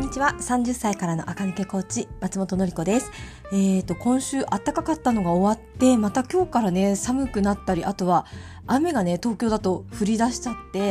にちは。30歳からの赤抜けコーチ松本のり子です。今週暖かかったのが終わって、また今日からね寒くなったり、あとは雨がね東京だと降り出しちゃって、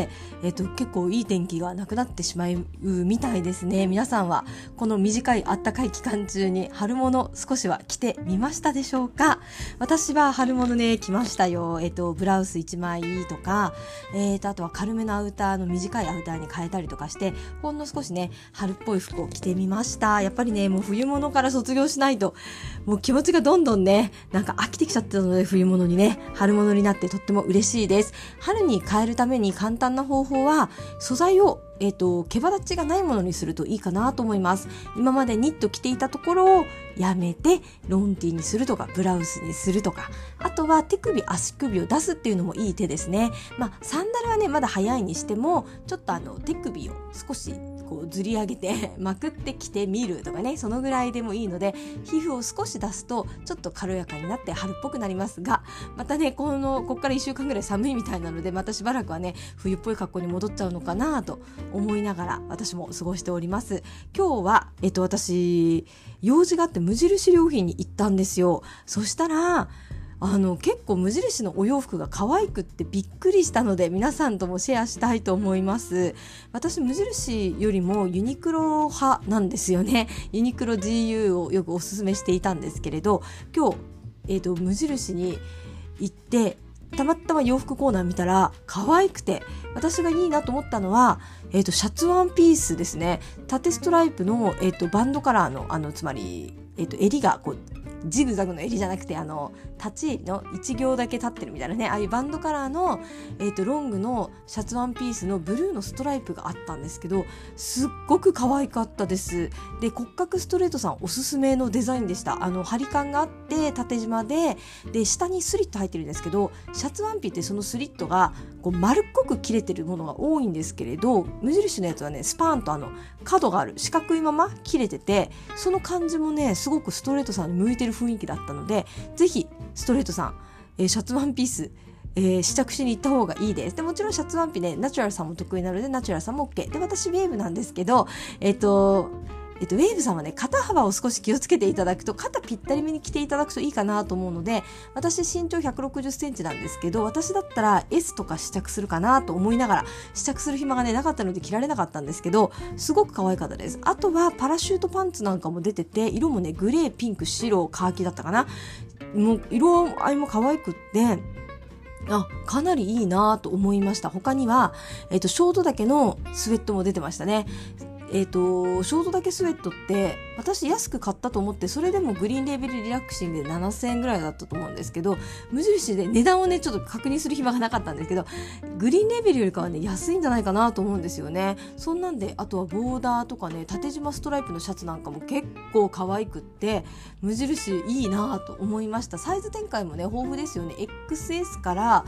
結構いい天気がなくなってしまうみたいですね。皆さんはこの短い暖かい期間中に春物少しは着てみましたでしょうか？私は春物ね着ましたよ。ブラウス1枚とか、あとは軽めのアウターの短いアウターに変えたりとかして、ほんの少しね春っぽい服を着てみました。やっぱりねもう冬物から卒業しないともう気持ちがどんどんねなんか飽きてきちゃってたので、冬物にね春物になってとっても嬉しいです。春に変えるために簡単な方法は素材を毛羽立ちがないものにするといいかなと思います。今までニット着ていたところをやめてロンティーにするとかブラウスにするとか、あとは手首足首を出すっていうのもいい手ですね。サンダルはねまだ早いにしても、ちょっと手首を少しこうずり上げてまくってきてみるとかね、そのぐらいでもいいので、皮膚を少し出すとちょっと軽やかになって春っぽくなりますが、またねこっから1週間ぐらい寒いみたいなので、またしばらくはね冬っぽい格好に戻っちゃうのかなと思いながら私も過ごしております。今日は私用事があって無印良品に行ったんですよ。そしたら結構無印のお洋服が可愛くってびっくりしたので、皆さんともシェアしたいと思います。私無印よりもユニクロ派なんですよね。ユニクロ GU をよくおすすめしていたんですけれど、今日、無印に行ってたまたま洋服コーナー見たら可愛くて、私がいいなと思ったのは、シャツワンピースですね。縦ストライプの、バンドカラーのつまり、襟がこうジグザグの襟じゃなくて立ち襟の1行だけ立ってるみたいなね、ああいうバンドカラーの、ロングのシャツワンピースのブルーのストライプがあったんですけど、すっごく可愛かったです。で、骨格ストレートさんおすすめのデザインでした。張り感があって縦縞で下にスリット入ってるんですけど、シャツワンピってそのスリットがこう丸っこく切れてるものが多いんですけれど、無印のやつはねスパーンと角がある四角いまま切れてて、その感じもねすごくストレートさんに向いてる雰囲気だったので、ぜひストレートさん、シャツワンピース、試着しに行った方がいいです。でもちろんシャツワンピねナチュラルさんも得意なのでナチュラルさんも OK で、私ウェーブなんですけど、ウェーブさんはね肩幅を少し気をつけていただくと、肩ぴったりめに着ていただくといいかなと思うので、私身長160センチなんですけど、私だったら S とか試着するかなと思いながら、試着する暇がねなかったので着られなかったんですけど、すごく可愛かったです。あとはパラシュートパンツなんかも出てて、色もねグレーピンク白カーキだったかな、もう色合いも可愛くってかなりいいなと思いました。他には、ショート丈のスウェットも出てましたね。ショート丈スウェットって私安く買ったと思って、それでもグリーンレーベルリラクシンで7000円ぐらいだったと思うんですけど、無印で値段をねちょっと確認する暇がなかったんですけど、グリーンレーベルよりかはね安いんじゃないかなと思うんですよね。そんなんで、あとはボーダーとかね縦縞ストライプのシャツなんかも結構可愛くって、無印いいなと思いました。サイズ展開もね豊富ですよね。 XS から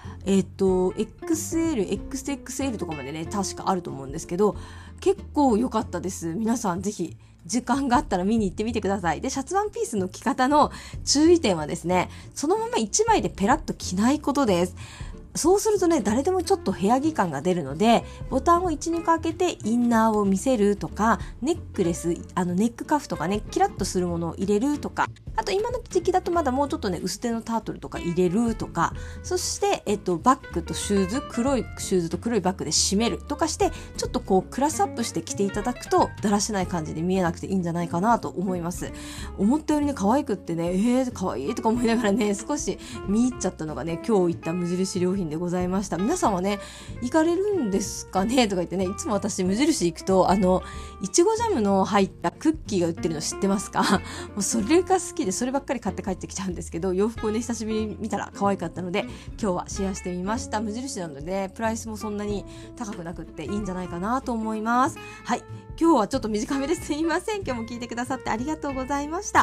XL、XXL とかまでね確かあると思うんですけど、結構良かったです。皆さんぜひ時間があったら見に行ってみてください。で、シャツワンピースの着方の注意点はですね、そのまま1枚でペラッと着ないことです。そうするとね誰でもちょっと部屋着感が出るので、ボタンを 1,2 個開けてインナーを見せるとか、ネックレスネックカフとかねキラッとするものを入れるとか、あと今の時期だとまだもうちょっとね薄手のタートルとか入れるとか、そして、バッグとシューズ、黒いシューズと黒いバッグで締めるとかして、ちょっとこうクラスアップして着ていただくとだらしない感じで見えなくていいんじゃないかなと思います。思ったよりね可愛くってね可愛いとか思いながらね少し見入っちゃったのがね今日行った無印良品でございました。皆さんはね行かれるんですかねとか言ってね、いつも私無印行くといちごジャムの入ったクッキーが売ってるの知ってますか？もうそれが好きでそればっかり買って帰ってきちゃうんですけど、洋服をね久しぶりに見たら可愛かったので今日はシェアしてみました。無印なので、プライスもそんなに高くなくっていいんじゃないかなと思います。はい、今日はちょっと短めですいません。今日も聞いてくださってありがとうございました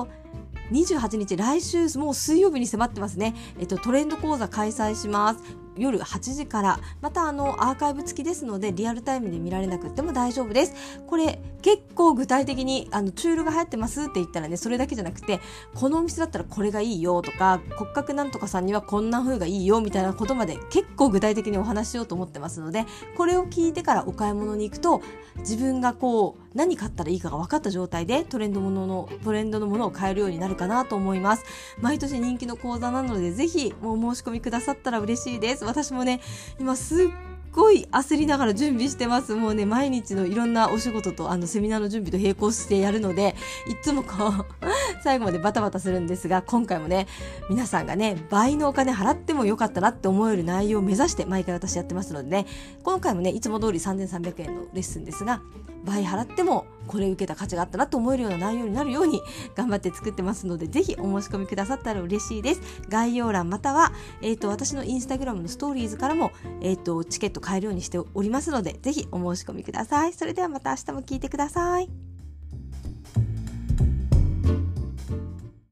。28日来週もう水曜日に迫ってますね。トレンド講座開催します。 夜8時から、またアーカイブ付きですのでリアルタイムで見られなくても大丈夫です。これ結構具体的にチュールが流行ってますって言ったらね、それだけじゃなくて、このお店だったらこれがいいよとか、骨格なんとかさんにはこんな風がいいよみたいなことまで結構具体的にお話ししようと思ってますので、これを聞いてからお買い物に行くと、自分が何買ったらいいかが分かった状態でトレンドのものを買えるようになるかなと思います。毎年人気の講座なので、ぜひお申し込みくださったら嬉しいです。私もね、今すっごい焦りながら準備してます。もうね、毎日のいろんなお仕事とセミナーの準備と並行してやるので、いつも最後までバタバタするんですが、今回もね、皆さんがね、倍のお金払ってもよかったなって思える内容を目指して毎回私やってますのでね、今回もね、いつも通り3300円のレッスンですが、倍払ってもこれ受けた価値があったなと思えるような内容になるように頑張って作ってますので、ぜひお申し込みくださったら嬉しいです。概要欄または、私のインスタグラムのストーリーズからも、チケット買えるようにしておりますので、ぜひお申し込みください。それではまた明日も聞いてください。